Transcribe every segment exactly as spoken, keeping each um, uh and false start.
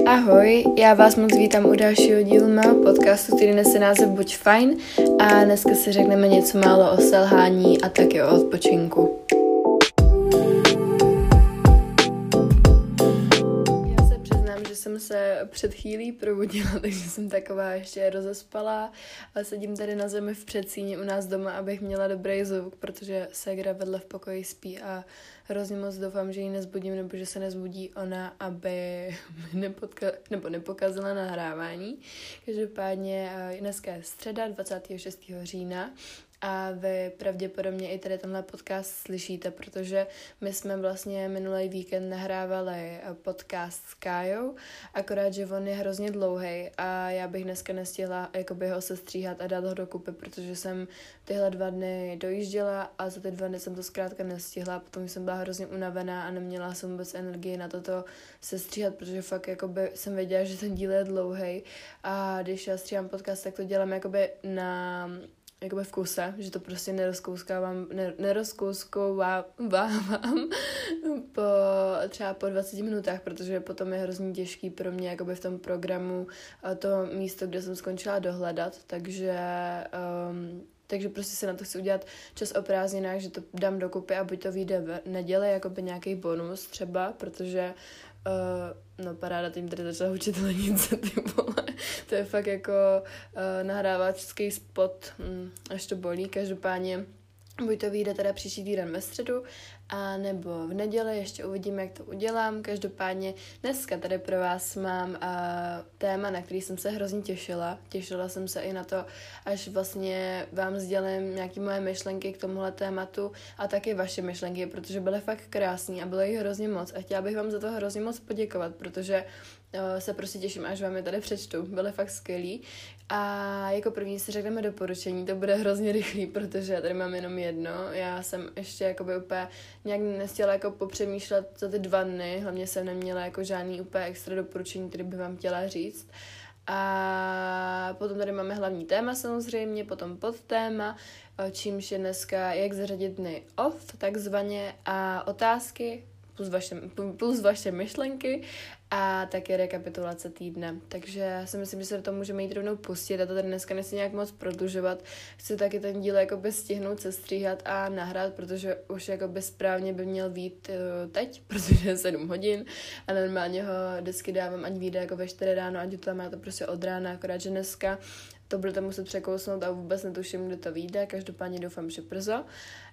Ahoj, já vás moc vítám u dalšího dílu mého podcastu, který nese název Buď fajn a dneska si řekneme něco málo o selhání a taky o odpočinku. Já se přiznám, že jsem se před chvílí probudila, takže jsem taková ještě rozespalá a sedím tady na zemi v předsíni u nás doma, abych měla dobrý zvuk, protože ségra vedle v pokoji spí a hrozně moc doufám, že ji nezbudím, nebo že se nezbudí ona, aby nepodka- nebo nepokazila nahrávání. Každopádně dneska je středa, dvacátého šestého října a vy pravděpodobně i tady tenhle podcast slyšíte, protože my jsme vlastně minulý víkend nahrávali podcast s Kájou, akorát, že on je hrozně dlouhý a já bych dneska nestihla jakoby ho sestříhat a dát ho dokupy, protože jsem tyhle dva dny dojížděla a za ty dva dny jsem to zkrátka nestihla, potom jsem byla hrozně unavená a neměla jsem vůbec energii na toto sestříhat, protože fakt jakoby jsem věděla, že ten díl je dlouhý a když já stříhám podcast, tak to dělám jakoby na jakoby v kuse, že to prostě nerozkouskávám, nerozkouskouvám po, třeba po dvaceti minutách, protože potom je hrozně těžký pro mě jakoby v tom programu to místo, kde jsem skončila, dohledat, takže um, takže prostě se na to chci udělat čas o prázdninách, že to dám dokupy a buď to vyjde v neděli, jakoby nějaký bonus třeba, protože Uh, no paráda, tím tady začala učit lednice, ty vole. To je fakt jako uh, nahrávačský spot, um, až to bolí. Každopádně buď to vyjde teda příští týden ve středu, a nebo v neděli, ještě uvidíme, jak to udělám. Každopádně dneska tady pro vás mám uh, téma, na který jsem se hrozně těšila. Těšila jsem se i na to, až vlastně vám sdělím nějaké moje myšlenky k tomuhle tématu a taky vaše myšlenky, protože byly fakt krásný a bylo jich hrozně moc a chtěla bych vám za to hrozně moc poděkovat, protože uh, se prostě těším, až vám je tady přečtu. Byly fakt skvělý. A jako první si řekneme doporučení, to bude hrozně rychlý, protože já tady mám jenom jedno. Já jsem ještě jakoby úplně nějak nestihla jako popřemýšlet za ty dva dny, hlavně jsem neměla jako žádný úplně extra doporučení, který bych vám chtěla říct. A potom tady máme hlavní téma samozřejmě, potom podtéma, čímž je dneska jak zařadit dny off, takzvaně, a otázky, plus vaše, plus vaše myšlenky a také rekapitulace týdne. Takže si myslím, že se do toho můžeme jít rovnou pustit a to tady dneska nechci nějak moc prodlužovat. Chci taky ten díl jakoby stihnout, sestříhat a nahrát, protože už jakoby správně by měl být uh, teď, protože je sedm hodin a normálně ho vždycky dávám, ať vyjde jako ve čtyři ráno, ať to tam má to prostě od rána, akorát, že dneska to budete muset překousnout a vůbec netuším, kdy to vyjde, každopádně doufám, že brzo.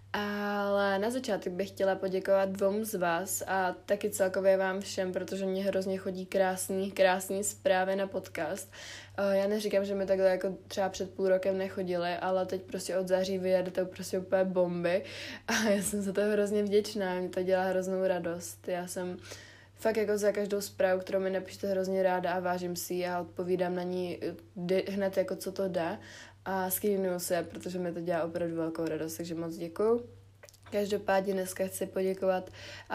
Ale na začátek bych chtěla poděkovat dvou z vás a taky celkově vám všem, protože mě hrozně chodí krásný, krásný zprávy na podcast. Já neříkám, že mi takhle jako třeba před půl rokem nechodily, ale teď prostě od září vyjedete prostě úplně bomby a já jsem za to hrozně vděčná, mě to dělá hroznou radost. Já jsem fakt jako za každou zprávu, kterou mi napíšte, hrozně ráda a vážím si ji a odpovídám na ní hned jako co to jde. A screenuju se, protože mi to dělá opravdu velkou radost, takže moc děkuju. Každopádně dneska chci poděkovat uh,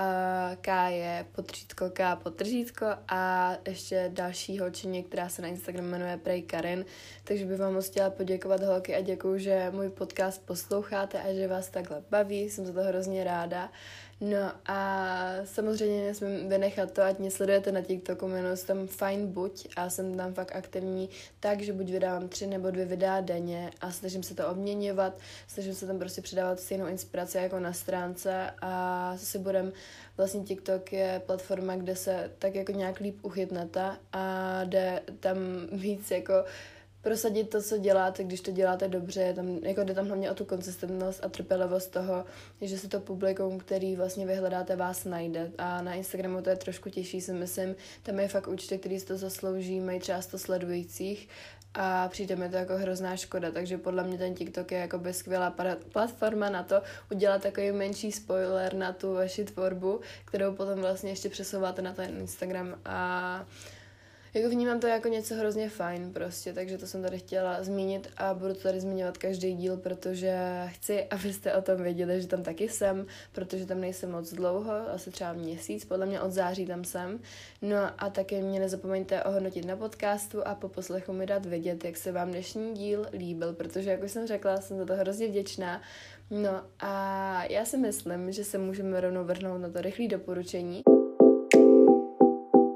Káje potřítko K potržítko a ještě další holčině, která se na Instagramu jmenuje Prej Karin, takže bych vám moc chtěla poděkovat, holky, a děkuju, že můj podcast posloucháte a že vás takhle baví, jsem za to hrozně ráda. No a samozřejmě nesmím vynechat to, ať mě sledujete na TikToku, jmenuji se tam Fajn buď a jsem tam fakt aktivní, takže buď vydávám tři nebo dvě videa denně a snažím se to obměňovat, snažím se tam prostě předávat stejnou inspiraci jako na stránce a zase budem, vlastně TikTok je platforma, kde se tak jako nějak líp uchytnete a jde tam víc jako prosadit to, co děláte, když to děláte dobře, tam, jako jde tam hlavně o tu konzistentnost a trpělivost toho, že se to publikum, který vlastně vyhledáte, vás najde. A na Instagramu to je trošku těžší, si myslím, tam je fakt účty, který si to zaslouží, mají třeba sto sledujících a přijde mi to jako hrozná škoda, takže podle mě ten TikTok je jako skvělá platforma na to udělat takový menší spoiler na tu vaši tvorbu, kterou potom vlastně ještě přesouváte na ten Instagram a jako vnímám to jako něco hrozně fajn prostě, takže to jsem tady chtěla zmínit a budu to tady zmiňovat každý díl, protože chci, abyste o tom věděli, že tam taky jsem, protože tam nejsem moc dlouho, asi třeba měsíc, podle mě od září tam jsem. No a taky mě nezapomeňte ohodnotit na podcastu a po poslechu mi dát vědět, jak se vám dnešní díl líbil, protože jak už jsem řekla, jsem za to hrozně vděčná. No a já si myslím, že se můžeme rovnou vrhnout na to rychlé doporučení.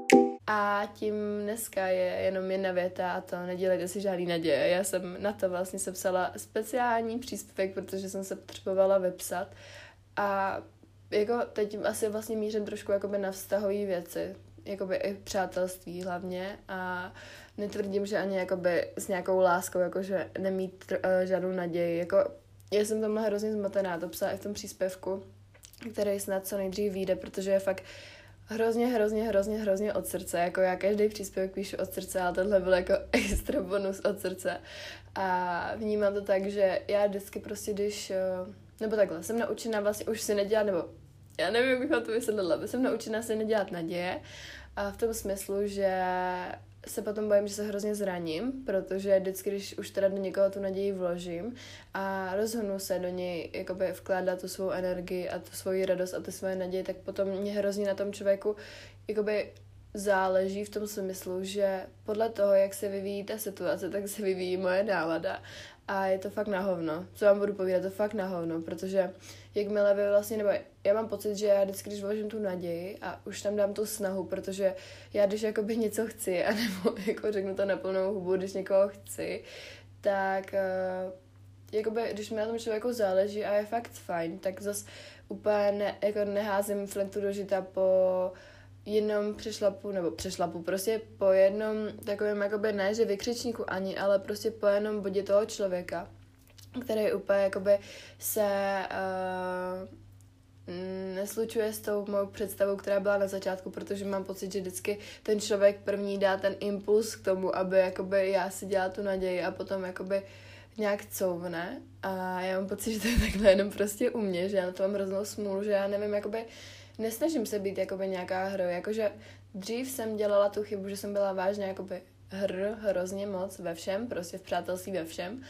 A tím dneska je jenom jedna věta a to nedělejte si žádný naděje. Já jsem na to vlastně sepsala speciální příspěvek, protože jsem se potřebovala vypsat a jako teď asi vlastně mířím trošku jakoby na vztahové věci, jakoby i přátelství hlavně a netvrdím, že ani jakoby s nějakou láskou, jakože nemít uh, žádnou naději, jako já jsem tomhle hrozně zmatená, to psala i v tom příspěvku, který snad co nejdřív vyjde, protože je fakt hrozně, hrozně, hrozně, hrozně od srdce, jako já každý příspěvek píšu od srdce, ale tohle byl jako extra bonus od srdce a vnímám to tak, že já vždycky prostě, když, uh, nebo takhle, jsem naučená vlastně už si nedělat, nebo já nevím, jak bych vám to vysvětlila, ale jsem naučená si nedělat naděje a v tom smyslu, že se potom bojím, že se hrozně zraním, protože vždycky, když už teda do někoho tu naději vložím a rozhodnu se do něj jakoby vkládat tu svou energii a tu svoji radost a tu svoje naději, tak potom mě hrozně na tom člověku jakoby záleží v tom smyslu, že podle toho, jak se vyvíjí ta situace, tak se vyvíjí moje nálada. A je to fakt na hovno. Co vám budu povídat, to fakt na hovno, protože jakmile vy vlastně, nebo já mám pocit, že já vždycky, když vložím tu naději a už tam dám tu snahu, protože já když jakoby něco chci, anebo jako řeknu to na plnou hubu, když někoho chci, tak uh, jakoby, když mi na tom člověku záleží a je fakt fajn, tak zas úplně ne, jako neházím flintu do žita po jenom přešlapu, nebo přešlapu, prostě po jednom takovém, jakoby ne, že vykřičníku ani, ale prostě po jednom bodě toho člověka, který úplně jakoby se uh, neslučuje s tou mou představou, která byla na začátku, protože mám pocit, že vždycky ten člověk první dá ten impuls k tomu, aby jakoby já si dělala tu naději a potom jakoby nějak couvne a já mám pocit, že to je takhle jenom prostě u mě, že já na to mám hroznou smůlu, že já nevím, jakoby nesnažím se být jakoby nějaká hro, jakože dřív jsem dělala tu chybu, že jsem byla vážně jakoby hr, hrozně moc ve všem, prostě v přátelství ve všem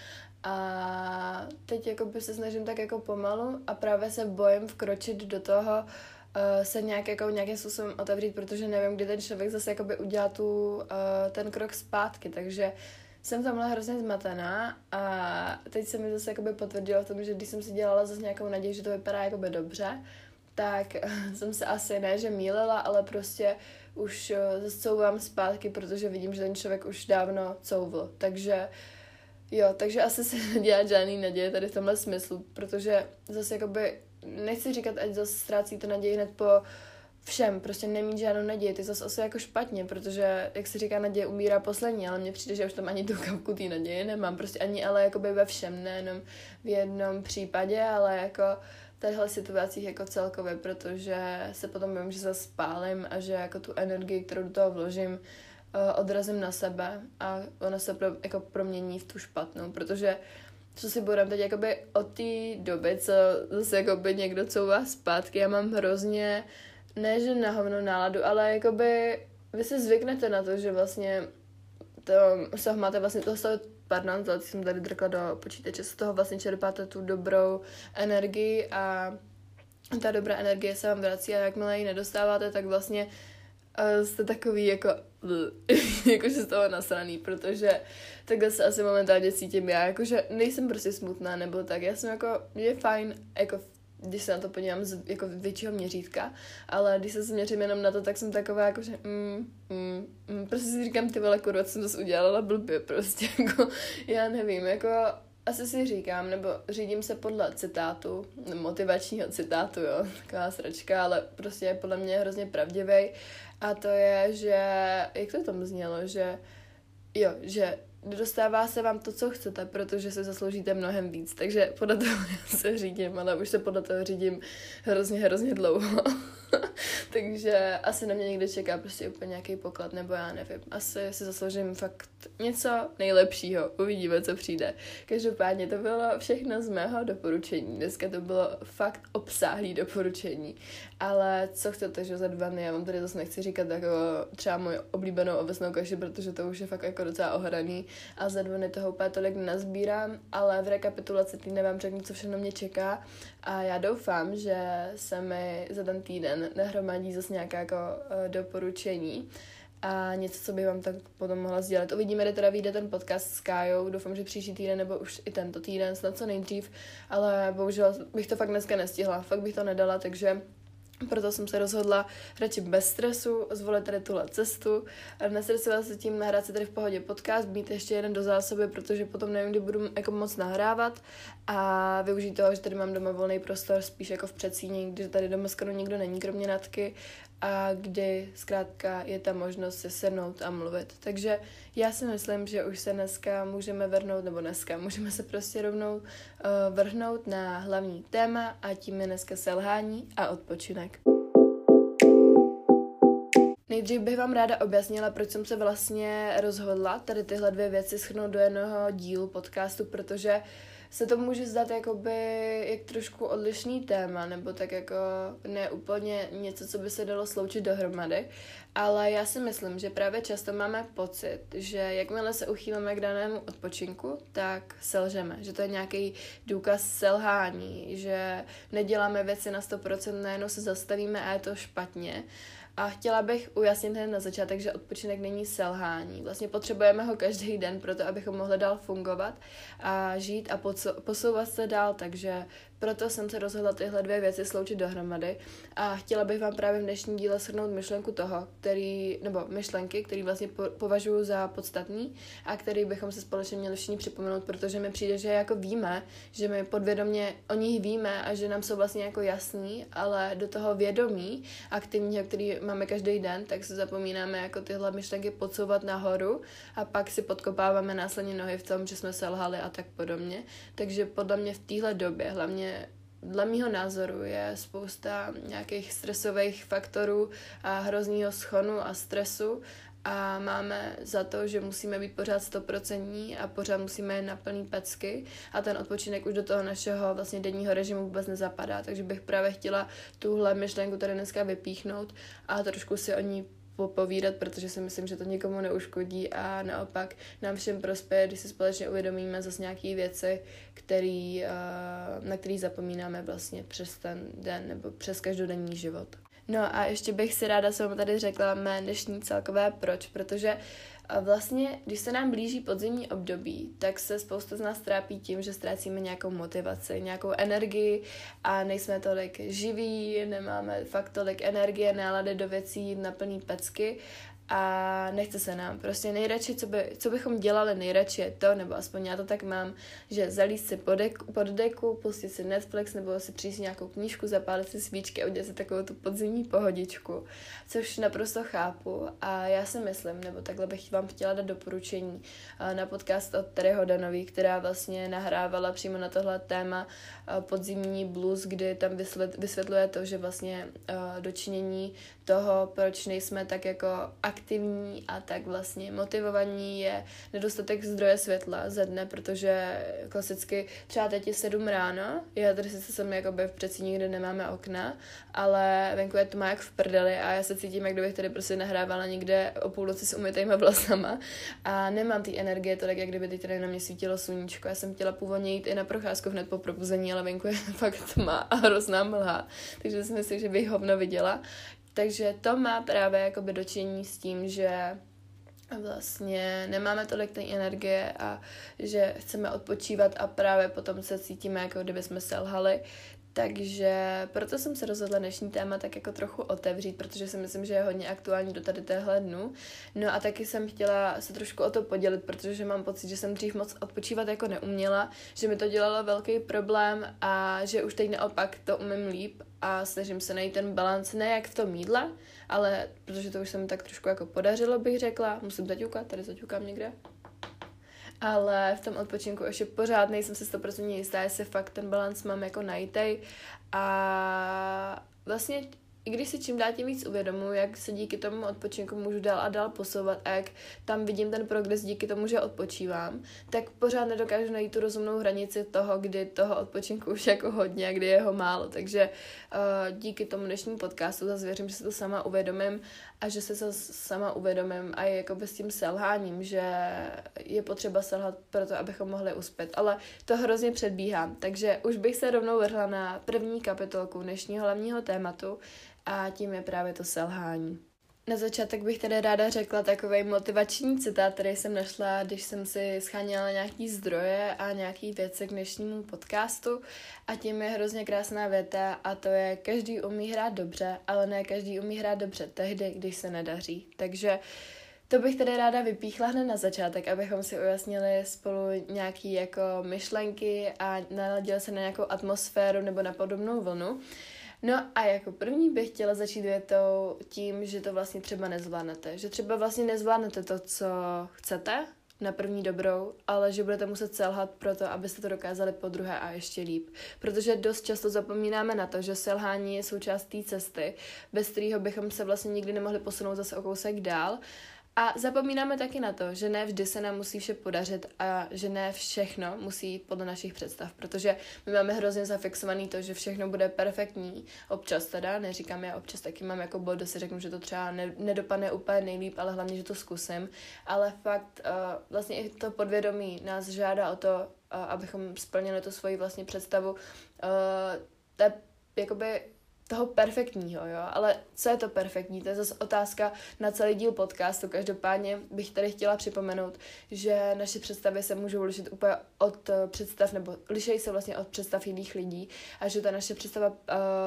a teď jakoby se snažím tak jako pomalu a právě se bojím vkročit do toho, uh, se nějak jako nějakým způsobem otevřít, protože nevím, kdy ten člověk zase jakoby udělá tu, uh, ten krok zpátky, takže jsem tamhle hrozně zmatená a teď se mi zase jakoby potvrdilo v tom, že když jsem si dělala zase nějakou naději, že to vypadá jakoby dobře, tak jsem se asi ne, že mýlila, ale prostě už zase couvám zpátky, protože vidím, že ten člověk už dávno couvl. Takže jo, takže asi se nedělat žádný naděje tady v tomhle smyslu, protože zase jakoby, nechci říkat, ať zase ztrácíte naději hned po všem, prostě nemít žádnou naději, ty zase asi jako špatně, protože, jak se říká, naděje umírá poslední, ale mně přijde, že už tam ani tu kapku té naděje nemám, prostě ani, ale jakoby ve všem, nejenom v jednom případě, ale jako v těchto situacích jako celkově, protože se potom bojím, že se spálím a že jako tu energii, kterou do toho vložím, odrazím na sebe a ona se pro, jako promění v tu špatnou, protože co si budem teď jakoby od té doby, co zase jakoby někdo couvá zpátky, já mám hrozně, ne že na hovno náladu, ale jakoby vy si zvyknete na to, že vlastně to, z máte vlastně toho, pardon, to jsem tady drkla do počítače, z toho vlastně čerpáte tu dobrou energii a ta dobrá energie se vám vrací a jakmile ji nedostáváte, tak vlastně uh, jste takový jako jakože z toho nasraný, protože takhle se asi momentálně cítím já, jakože nejsem prostě smutná nebo tak, já jsem jako, je fajn, jako když se na to podívám z jako většího měřítka, ale když se změřím jenom na to, tak jsem taková jakože mm, mm, mm, prostě si říkám, ty vole, kurva, co jsem to udělala blbě, prostě jako, já nevím, jako asi si říkám, nebo řídím se podle citátu, motivačního citátu, jo, taková sračka, ale prostě je podle mě hrozně pravdivý a to je, že, jak to tam znělo, že jo, že dostává se vám to, co chcete, protože se zasloužíte mnohem víc, takže podle toho já se řídím, ale už se podle toho řídím hrozně, hrozně dlouho. Takže asi na mě někde čeká prostě úplně nějaký poklad, nebo já nevím. Asi si zasloužím fakt něco nejlepšího. Uvidíme, co přijde. Každopádně to bylo všechno z mého doporučení. Dneska to bylo fakt obsáhlý doporučení. Ale co chcete, že za dva dny, já vám tady zase nechci říkat jako třeba moji oblíbenou ovesnou kaši, protože to už je fakt jako docela ohraný a za dva dny toho úplně tolik nazbírám, ale v rekapitulaci týdne vám řeknu, co všechno mě čeká a já doufám, že se mi za ten týden nahromadí zase nějaká jako uh, doporučení a něco, co bych vám tak potom mohla sdělit. Uvidíme, kde teda vyjde ten podcast s Kájou, doufám, že příští týden nebo už i tento týden, snad co nejdřív, ale bohužel bych to fakt dneska nestihla, fakt bych to nedala, takže Proto jsem se rozhodla radši bez stresu zvolit tady tuhle cestu. Nestresovala se tím, nahrát se tady v pohodě podcast, mít ještě jeden do zásoby, protože potom nevím, kdy budu jako moc nahrávat a využít toho, že tady mám doma volný prostor, spíš jako v předsíni, když tady doma skoro nikdo není, kromě Natky, a kdy zkrátka je ta možnost se sednout a mluvit. Takže já si myslím, že už se dneska můžeme vrhnout, nebo dneska můžeme se prostě rovnou uh, vrhnout na hlavní téma a tím je dneska selhání a odpočinek. Nejdřív bych vám ráda objasnila, proč jsem se vlastně rozhodla tady tyhle dvě věci shrnout do jednoho dílu podcastu, protože se to může zdát jakoby jak trošku odlišný téma, nebo tak jako ne úplně něco, co by se dalo sloučit dohromady, ale já si myslím, že právě často máme pocit, že jakmile se uchýlíme k danému odpočinku, tak selžeme, že to je nějaký důkaz selhání, že neděláme věci na sto procent, najednou se zastavíme a je to špatně. A chtěla bych ujasnit hned na začátek, že odpočinek není selhání. Vlastně potřebujeme ho každý den proto, abychom mohli dál fungovat a žít a posouvat se dál, takže proto jsem se rozhodla tyhle dvě věci sloučit dohromady a chtěla bych vám právě v dnešním díle shrnout myšlenku toho, který, nebo myšlenky, který vlastně po, považuji za podstatný a který bychom se společně měli všichni připomenout, protože mi přijde, že jako víme, že my podvědomě o nich víme a že nám jsou vlastně jako jasný, ale do toho vědomí aktivního, který máme každý den, tak se zapomínáme jako tyhle myšlenky podsouvat nahoru a pak si podkopáváme následně nohy v tom, že jsme selhali a tak podobně. Takže podle mě v téhle době hlavně dle mýho názoru je spousta nějakých stresových faktorů a hroznýho schonu a stresu a máme za to, že musíme být pořád stoprocentní a pořád musíme jen na plný pecky a ten odpočinek už do toho našeho vlastně denního režimu vůbec nezapadá, takže bych právě chtěla tuhle myšlenku tady dneska vypíchnout a trošku si o ní povídat, protože si myslím, že to nikomu neuškodí a naopak nám všem prospěje, když si společně uvědomíme zase nějaké věci, který, na které zapomínáme vlastně přes ten den nebo přes každodenní život. No a ještě bych si ráda s vámi tady řekla mé dnešní celkové proč, protože vlastně, když se nám blíží podzimní období, tak se spousta z nás trápí tím, že ztrácíme nějakou motivaci, nějakou energii a nejsme tolik živí, nemáme fakt tolik energie, nálady do věcí na plný pecky a nechce se nám. Prostě nejradši, co, by, co bychom dělali nejradši je to, nebo aspoň já to tak mám, že zalíst si pod deku, pod deku, pustit si Netflix nebo si přijít si nějakou knížku, zapálit si svíčky a udělat si takovou tu podzimní pohodičku, což naprosto chápu a já si myslím, nebo takhle bych vám chtěla dát doporučení na podcast od Terryho Danový, která vlastně nahrávala přímo na tohle téma podzimní blues, kdy tam vysvětluje to, že vlastně dočinění toho, proč nejsme tak jako aktivní a tak vlastně motivovaní je nedostatek zdroje světla ze dne, protože klasicky třeba teď je sedm ráno, já tady sice jsem jakoby v předsíni, kde nemáme okna, ale venku je tma jak v prdeli a já se cítím, jak kdybych tady prostě nahrávala někde o půlnoci s umytejma vlasama a nemám té energie tolik, jak kdyby teď tady na mě svítilo sluníčko. Já jsem chtěla původně jít i na procházku hned po probuzení, ale venku je fakt tma a hrozná mlha, takže si myslím, že bych hovno viděla. Takže to má právě jakoby dočinění s tím, že vlastně nemáme tolik té energie a že chceme odpočívat a právě potom se cítíme, jako kdyby jsme selhali. Takže proto jsem se rozhodla dnešní téma tak jako trochu otevřít, protože si myslím, že je hodně aktuální do tady téhle dnu. No a taky jsem chtěla se trošku o to podělit, protože mám pocit, že jsem dřív moc odpočívat jako neuměla, že mi to dělalo velký problém a že už teď naopak to umím líp a snažím se najít ten balans ne jak v tom jídle, ale protože to už se mi tak trošku jako podařilo, bych řekla. Musím zaťukat, tady zaťukám někde. Ale v tom odpočinku ještě pořád nejsem si sto procent jistá, jestli fakt ten balans mám jako najítej a vlastně i když si čím dál tím víc uvědomuji, jak se díky tomu odpočinku můžu dál a dál posouvat a jak tam vidím ten progres díky tomu, že odpočívám, tak pořád nedokážu najít tu rozumnou hranici toho, kdy toho odpočinku už jako hodně a kdy je ho málo. Takže uh, díky tomu dnešnímu podcastu zase věřím, že si to sama uvědomím a že se to sama uvědomím a je jako s tím selháním, že je potřeba selhat pro to, abychom mohli uspět. Ale to hrozně předbíhám, takže už bych se rovnou vrhla na první kapitolku dnešního hlavního tématu, a tím je právě to selhání. na začátek bych tady ráda řekla takovej motivační citát, který jsem našla, když jsem si scháněla nějaký zdroje a nějaký věci k dnešnímu podcastu a tím je hrozně krásná věta a to je: každý umí hrát dobře, ale ne každý umí hrát dobře tehdy, když se nedaří. Takže to bych tady ráda vypíchla hned na začátek, abychom si ujasnili spolu nějaký jako myšlenky a naladili se na nějakou atmosféru nebo na podobnou vlnu. No a jako první bych chtěla začít větou tím, že to vlastně třeba nezvládnete. Že třeba vlastně nezvládnete to, co chcete na první dobrou, ale že budete muset selhat pro to, abyste to dokázali po druhé a ještě líp. Protože dost často zapomínáme na to, že selhání je součást té cesty, bez kterého bychom se vlastně nikdy nemohli posunout zase o kousek dál. A zapomínáme taky na to, že ne vždy se nám musí vše podařit a že ne všechno musí jít podle našich představ, protože my máme hrozně zafixovaný to, že všechno bude perfektní. Občas teda, neříkám já, občas taky mám jako bod, si řeknu, že to třeba ne, nedopadne úplně nejlíp, ale hlavně, že to zkusím. Ale fakt uh, vlastně i to podvědomí nás žádá o to, uh, abychom splnili tu svoji vlastně představu. Uh, to je jakoby toho perfektního, jo, ale co je to perfektní, to je zase otázka na celý díl podcastu. Každopádně bych tady chtěla připomenout, že naše představy se můžou lišit úplně od představ, nebo lišejí se vlastně od představ jiných lidí a že ta naše představa uh,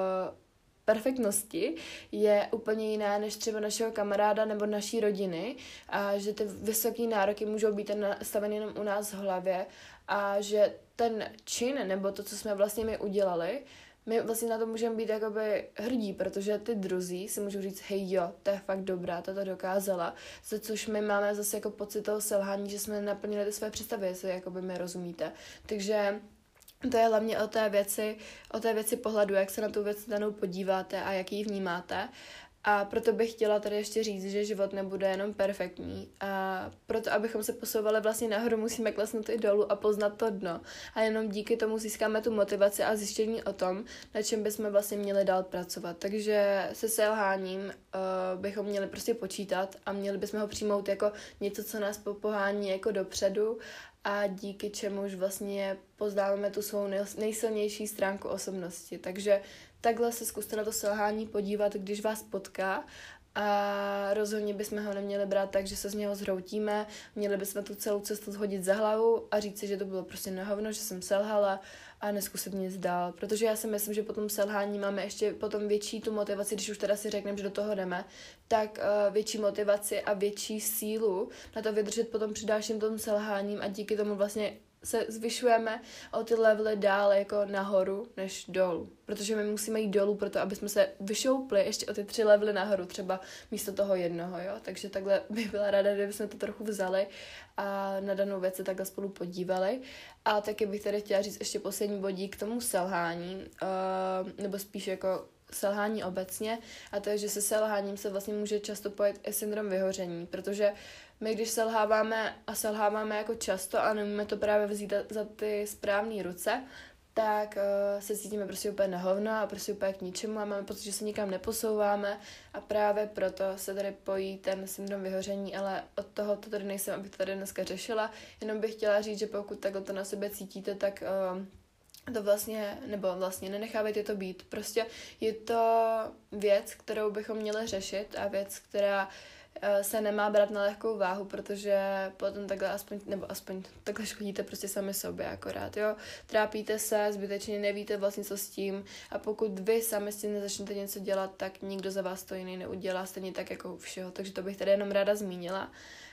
perfektnosti je úplně jiná než třeba našeho kamaráda nebo naší rodiny a že ty vysoké nároky můžou být nastaveny jenom u nás v hlavě a že ten čin nebo to, co jsme vlastně my udělali, my vlastně na to můžeme být jakoby hrdí, protože ty druzí si můžou říct, hej jo, to je fakt dobrá, to to dokázala, za což my máme zase jako pocit toho selhání, že jsme naplnili ty své představy, jestli jakoby mi rozumíte. Takže to je hlavně o té věci, o té věci pohledu, jak se na tu věc danou podíváte a jak ji vnímáte. A proto bych chtěla tady ještě říct, že život nebude jenom perfektní. A proto, abychom se posouvali vlastně nahoru, musíme klesnout i dolů a poznat to dno. A jenom díky tomu získáme tu motivaci a zjištění o tom, na čem bychom vlastně měli dál pracovat. Takže se selháním uh, bychom měli prostě počítat a měli bychom ho přijmout jako něco, co nás pohání jako dopředu a díky čemuž vlastně poznáváme tu svou nejsilnější stránku osobnosti. Takže takhle se zkuste na to selhání podívat, když vás potká a rozhodně bychom ho neměli brát tak, že se z něho zhroutíme, měli bychom tu celou cestu shodit za hlavu a říct si, že to bylo prostě na hovno, že jsem selhala a neskusit nic dál, protože já si myslím, že po tom selhání máme ještě potom větší tu motivaci, když už teda si řekneme, že do toho jdeme, tak uh, větší motivaci a větší sílu na to vydržet potom při dalším tom selháním a díky tomu vlastně se zvyšujeme o ty levely dál jako nahoru než dolů. Protože my musíme jít dolů proto, aby jsme se vyšoupli ještě o ty tři levely nahoru, třeba místo toho jednoho, jo. Takže takhle bych byla ráda, kdybychom to trochu vzali a na danou věc se takhle spolu podívali. A taky bych tady chtěla říct ještě poslední bodík k tomu selhání, uh, nebo spíš jako selhání obecně, a to je, že se selháním se vlastně může často pojít i syndrom vyhoření, protože my, když selháváme a selháváme jako často a nemůžeme to právě vzít za ty správné ruce, tak uh, se cítíme prostě úplně na hovno a prostě úplně k ničemu a máme pocit, že se nikam neposouváme a právě proto se tady pojí ten syndrom vyhoření, ale od toho to tady nejsem, abych to tady dneska řešila, jenom bych chtěla říct, že pokud takhle to na sebe cítíte, tak uh, to vlastně, nebo vlastně nenechávejte to být. Prostě je to věc, kterou bychom měli řešit a věc, která se nemá brát na lehkou váhu, protože potom takhle aspoň, nebo aspoň takhle škodíte prostě sami sobě akorát, jo. Trápíte se, zbytečně nevíte vlastně co s tím a pokud vy sami s tím nezačnete něco dělat, tak nikdo za vás to jiný neudělá, stejně tak jako u všeho, takže to bych tady jenom ráda zmínila.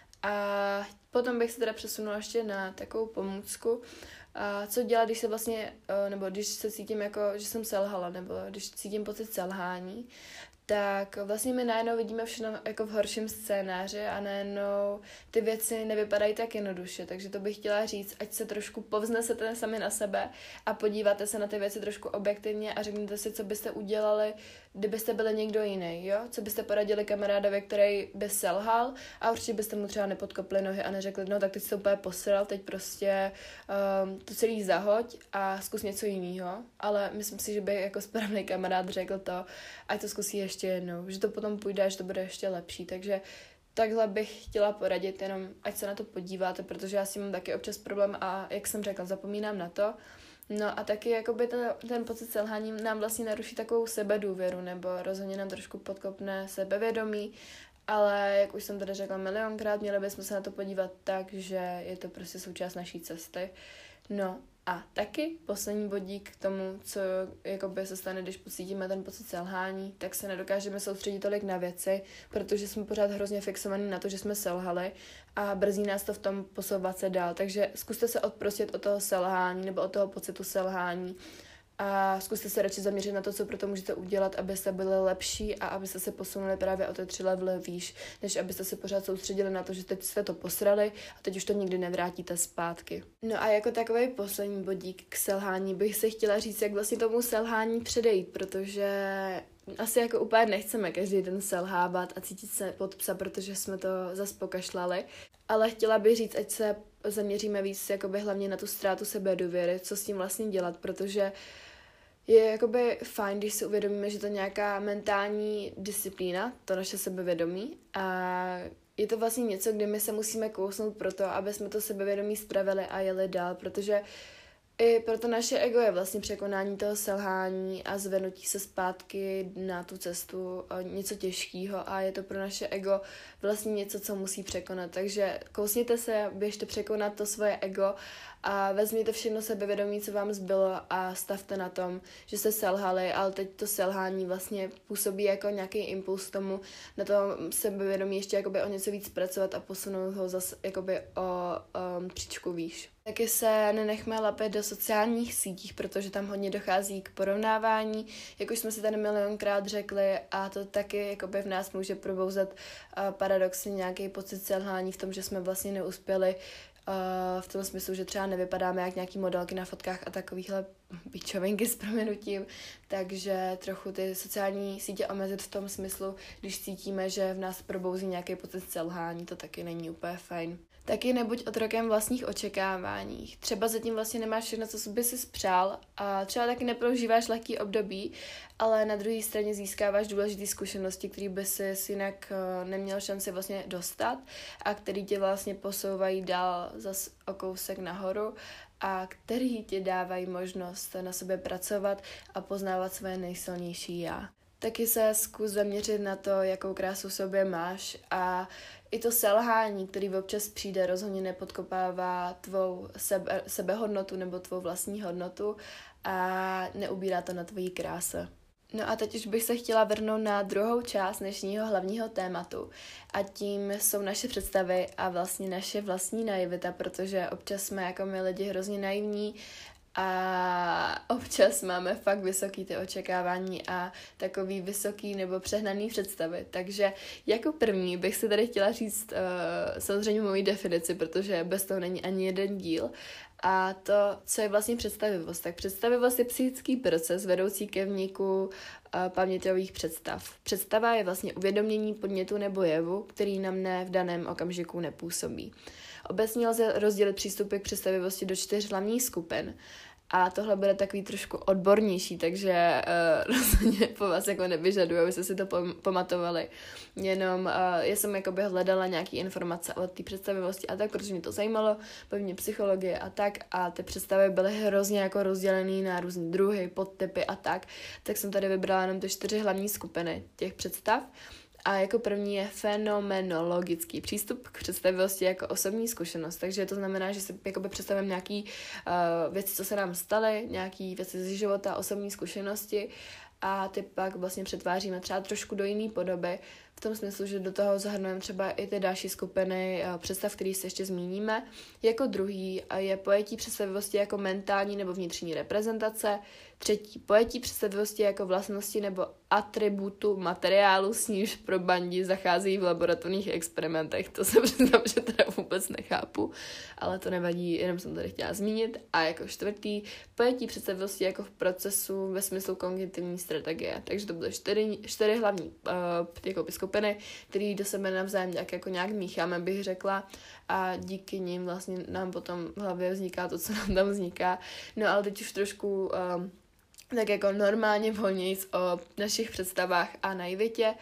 A potom bych se teda přesunula ještě na takovou pomůcku, a co dělat, když se vlastně, nebo když se cítím jako, že jsem selhala, nebo když cítím pocit selhání, tak vlastně my najednou vidíme všechno jako v horším scénáři a najednou ty věci nevypadají tak jednoduše, takže to bych chtěla říct, ať se trošku povznesete sami na sebe a podíváte se na ty věci trošku objektivně a řekněte si, co byste udělali, kdybyste byli někdo jiný, jo? Co byste poradili kamarádovi, který by selhal a určitě byste mu třeba nepodkopli nohy a neřekli, no tak teď jsi to úplně posral, teď prostě um, to celý zahoď a zkus něco jiného, ale myslím si, že by jako správný kamarád řekl to, ať to zkusí ještě jednou, že to potom půjde a že to bude ještě lepší, takže takhle bych chtěla poradit, jenom ať se na to podíváte, protože já si mám taky občas problém a jak jsem řekla, zapomínám na to. No a taky jakoby ten, ten pocit selhání nám vlastně naruší takovou sebedůvěru, nebo rozhodně nám trošku podkopne sebevědomí ale jak už jsem tady řekla milionkrát, měli bychom se na to podívat tak, že je to prostě součást naší cesty. No a taky poslední bodík k tomu, co jakoby se stane, když pocítíme ten pocit selhání, tak se nedokážeme soustředit tolik na věci, protože jsme pořád hrozně fixovaní na to, že jsme selhali a brzí nás to v tom posouvat se dál. Takže zkuste se odprostit od toho selhání nebo od toho pocitu selhání a zkuste se radši zaměřit na to, co pro to můžete udělat, abyste byli lepší a abyste se posunuli právě o ty tři levely výš, než abyste se pořád soustředili na to, že teď jste to posrali a teď už to nikdy nevrátíte zpátky. No a jako takový poslední bodík k selhání bych se chtěla říct, jak vlastně tomu selhání předejít, protože asi jako úplně nechceme každý den selhávat a cítit se pod psa, protože jsme to zas pokašlali, ale chtěla bych říct, ať se zaměříme víc jakoby hlavně na tu ztrátu sebedůvěry, co s tím vlastně dělat, protože je jakoby fajn, když si uvědomíme, že to je nějaká mentální disciplína, to naše sebevědomí a je to vlastně něco, kdy my se musíme kousnout pro to, aby jsme to sebevědomí spravili a jeli dál, protože i proto naše ego je vlastně překonání toho selhání a zvednutí se zpátky na tu cestu něco těžkého a je to pro naše ego vlastně něco, co musí překonat. Takže kousněte se, běžte překonat to svoje ego a vezměte všechno sebevědomí, co vám zbylo a stavte na tom, že jste selhali, ale teď to selhání vlastně působí jako nějaký impuls k tomu na to sebevědomí ještě jakoby o něco víc pracovat a posunout ho zase jakoby o, o příčku výš. Taky se nenechme lapit do sociálních sítích, protože tam hodně dochází k porovnávání, jak už jsme si tady milionkrát řekli a to taky jakoby v nás může probouzet uh, paradoxně nějaký pocit selhání v tom, že jsme vlastně neuspěli uh, v tom smyslu, že třeba nevypadáme jak nějaký modelky na fotkách a takovýhle bičovinky s prominutím, takže trochu ty sociální sítě omezit v tom smyslu, když cítíme, že v nás probouzí nějaký pocit selhání, to taky není úplně fajn. Taky nebuď otrokem vlastních očekávání. Třeba zatím vlastně nemáš všechno, co by si spřál a třeba taky neprožíváš lehký období, ale na druhé straně získáváš důležité zkušenosti, které by si jinak neměl šanci vlastně dostat a které tě vlastně posouvají dál zas o kousek nahoru a který ti dávají možnost na sobě pracovat a poznávat své nejsilnější já. Taky se zkus zaměřit na to, jakou krásu v sobě máš a i to selhání, který občas přijde, rozhodně nepodkopává tvou sebe, sebehodnotu nebo tvou vlastní hodnotu a neubírá to na tvojí kráse. No a teď už bych se chtěla vrhnout na druhou část dnešního hlavního tématu a tím jsou naše představy a vlastně naše vlastní naivita, protože občas jsme jako my lidi hrozně naivní a občas máme fakt vysoký ty očekávání a takový vysoký nebo přehnaný představy. Takže jako první bych si tady chtěla říct uh, samozřejmě moji definici, protože bez toho není ani jeden díl. A to, co je vlastně představivost. Tak představivost je psychický proces vedoucí ke vzniku uh, paměťových představ. Představa je vlastně uvědomění podnětu nebo jevu, který na mne v daném okamžiku nepůsobí. Obecně lze rozdělit přístupy k představivosti do čtyř hlavních skupin. A tohle bude takový trošku odbornější, takže uh, rozhodně po vás jako nevyžaduju, abyste si to pom- pamatovali. Jenom uh, já jsem jakoby hledala nějaké informace o té představivosti a tak, protože mě to zajímalo, baví mě psychologie a tak a ty představy byly hrozně jako rozdělené na různé druhy, podtypy a tak, tak jsem tady vybrala jenom ty čtyři hlavní skupiny těch představ. A jako první je fenomenologický přístup k představivosti jako osobní zkušenost. Takže to znamená, že si jakoby představím nějaký uh, věci, co se nám staly, nějaký věci z života, osobní zkušenosti a ty pak vlastně přetváříme třeba trošku do jiné podoby, v tom smyslu, že do toho zahrnujeme třeba i ty další skupiny uh, představ, který se ještě zmíníme. Jako druhý je pojetí představivosti jako mentální nebo vnitřní reprezentace. Třetí, pojetí představivosti jako vlastnosti nebo atributu materiálu, s nímž probandi zacházejí v laboratorních experimentech. To se přiznám, že teda vůbec nechápu, ale to nevadí, jenom jsem tady chtěla zmínit. A jako čtvrtý, pojetí představivosti jako v procesu ve smyslu kognitivní strategie. Takže to byly čtyři, čtyři hlavní uh, jako skupiny, které do sebe navzájem nějak, jako nějak mícháme, bych řekla. A díky nim vlastně nám potom v hlavě vzniká to, co nám tam vzniká. No ale teď už trošku... Uh, tak jako normálně volnějc o našich představách a naivitě,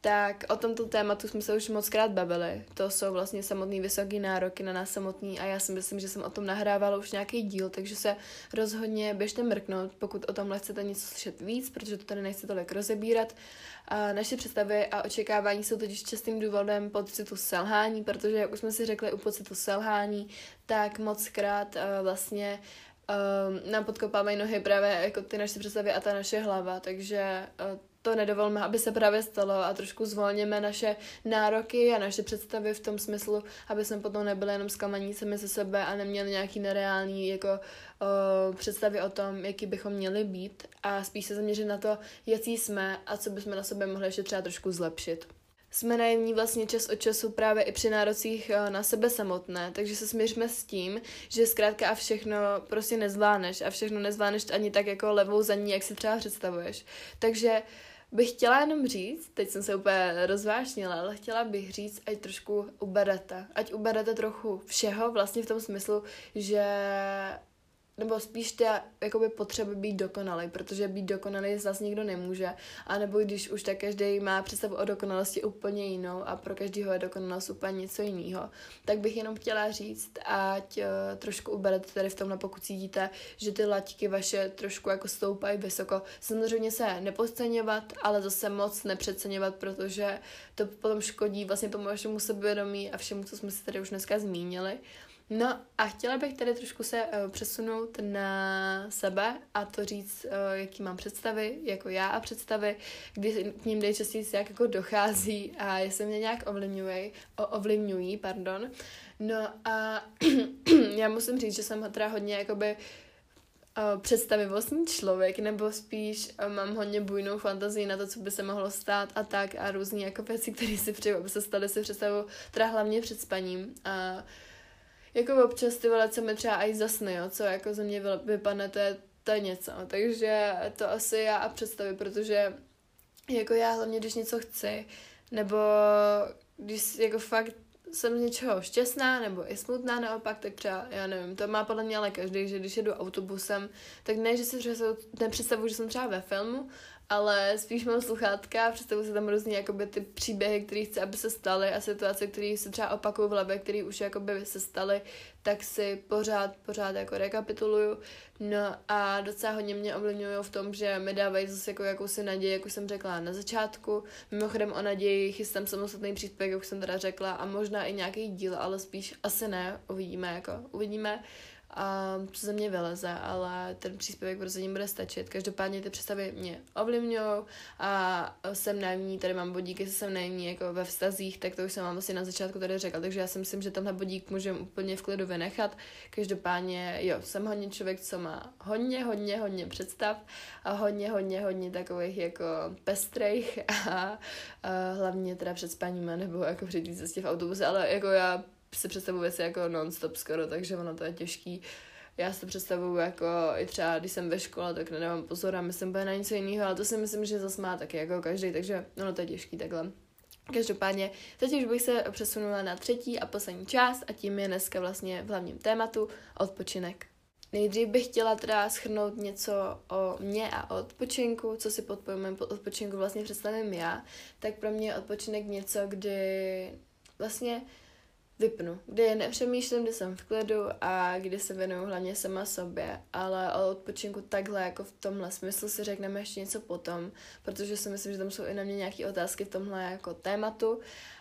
tak o tomto tématu jsme se už moc krát bavili. To jsou vlastně samotný vysoký nároky na nás samotný a já si myslím, že jsem o tom nahrávala už nějaký díl, takže se rozhodně běžte mrknout, pokud o tomhle chcete něco slyšet víc, protože to tady nechci tolik rozebírat. A naše představy a očekávání jsou totiž častým důvodem pocitu selhání, protože jak už jsme si řekli u pocitu selhání, tak moc krát uh, vlastně uh, nám podkopávají nohy právě jako ty naše představy a ta naše hlava, takže uh, to nedovolíme, aby se právě stalo a trošku zvolněme naše nároky a naše představy v tom smyslu, aby jsme potom nebyli jenom zklamaní sami ze sebe a neměli nějaký nereální jako o, představy o tom, jaký bychom měli být a spíš se zaměřit na to, jaký jsme a co bychom na sobě mohli ještě třeba trošku zlepšit. Jsme naivní vlastně čas od času právě i při nárocích na sebe samotné, takže se smíříme s tím, že zkrátka a všechno prostě nezvládneš a všechno nezvládneš ani tak jako levou za ní, jak si třeba představuješ. Takže bych chtěla jenom říct, teď jsem se úplně rozvášnila, ale chtěla bych říct, ať trošku uberete. Ať uberete trochu všeho, vlastně v tom smyslu, že nebo spíš ta jakoby potřeba být dokonalý, protože být dokonalý z nás nikdo nemůže, a nebo když už tak každý má představu o dokonalosti úplně jinou a pro každého je dokonalost úplně něco jiného, tak bych jenom chtěla říct, ať uh, trošku uberete tady v tomhle, pokud cítíte, že ty laťky vaše trošku jako stoupají vysoko. Samozřejmě se nepodceňovat, ale zase moc nepřeceňovat, protože to potom škodí vlastně tomu vašemu sebevědomí a všemu, co jsme si tady už dneska zmínili. No a chtěla bych tady trošku se uh, přesunout na sebe a to říct, uh, jaký mám představy, jako já a představy, kdy k ním nejčastěji jak jako dochází a jestli mě nějak ovlivňují, ovlivňují, pardon. No a já musím říct, že jsem teda hodně jakoby uh, představivostní člověk, nebo spíš uh, mám hodně bujnou fantazii na to, co by se mohlo stát a tak a různý jako věci, které si přeju, aby se staly, si představu teda hlavně před spaním a jako občas ty vole, co mi třeba i zasny, jo, co jako ze mě vypadne, to je, to je něco, takže to asi já a představy, protože jako já hlavně, když něco chci, nebo když jako fakt jsem z něčeho šťastná, nebo i smutná naopak, tak třeba, já nevím, to má podle mě ale každý, že když jedu autobusem, tak ne, že si nepředstavuji, že jsem třeba ve filmu, ale spíš mám sluchátka, představuji si tam různý jakoby ty příběhy, které chci, aby se staly a situace, které se třeba opakují v hlavě, které už jakoby se staly, tak si pořád, pořád jako rekapituluju. No a docela hodně mě ovlivňují v tom, že mi dávají zase jako jakousi naději, jak už jsem řekla na začátku. Mimochodem o naději chystám samostatný příspěvek, jak už jsem teda řekla, a možná i nějaký díl, ale spíš asi ne, uvidíme, jako uvidíme. A co ze mě vyleze, ale ten příspěvek prostě bude stačit. Každopádně ty představy mě ovlivňují a jsem naivní, tady mám bodík, jestli jsem naivní jako ve vztazích, tak to už jsem vám asi na začátku tady řekla, takže já si myslím, že tenhle bodík můžeme úplně v klidu vynechat. Každopádně, jo, jsem hodně člověk, co má hodně, hodně, hodně představ a hodně, hodně, hodně takových jako pestrejch a, a hlavně teda před spaním nebo jako při té cestě v autobuse, ale jako já si představuji věci jako non-stop skoro, takže ono to je těžký. Já si to představuji jako i třeba, když jsem ve škole, tak nedávám pozor a myslím na něco jiného, ale to si myslím, že zase má taky jako každý, takže ono to je těžký takhle. Každopádně, teď už bych se přesunula na třetí a poslední část a tím je dneska vlastně v hlavním tématu odpočinek. Nejdřív bych chtěla teda shrnout něco o mě a o odpočinku, co si pod pojmem pod odpočinku vlastně představím já, tak pro mě je odpočinek něco, kdy vlastně vypnu, kdy nepřemýšlím, kdy jsem v klidu a kdy se věnuju hlavně sama sobě, ale o odpočinku takhle, jako v tomhle smyslu si řekneme ještě něco potom, protože si myslím, že tam jsou i na mě nějaké otázky v tomhle jako tématu.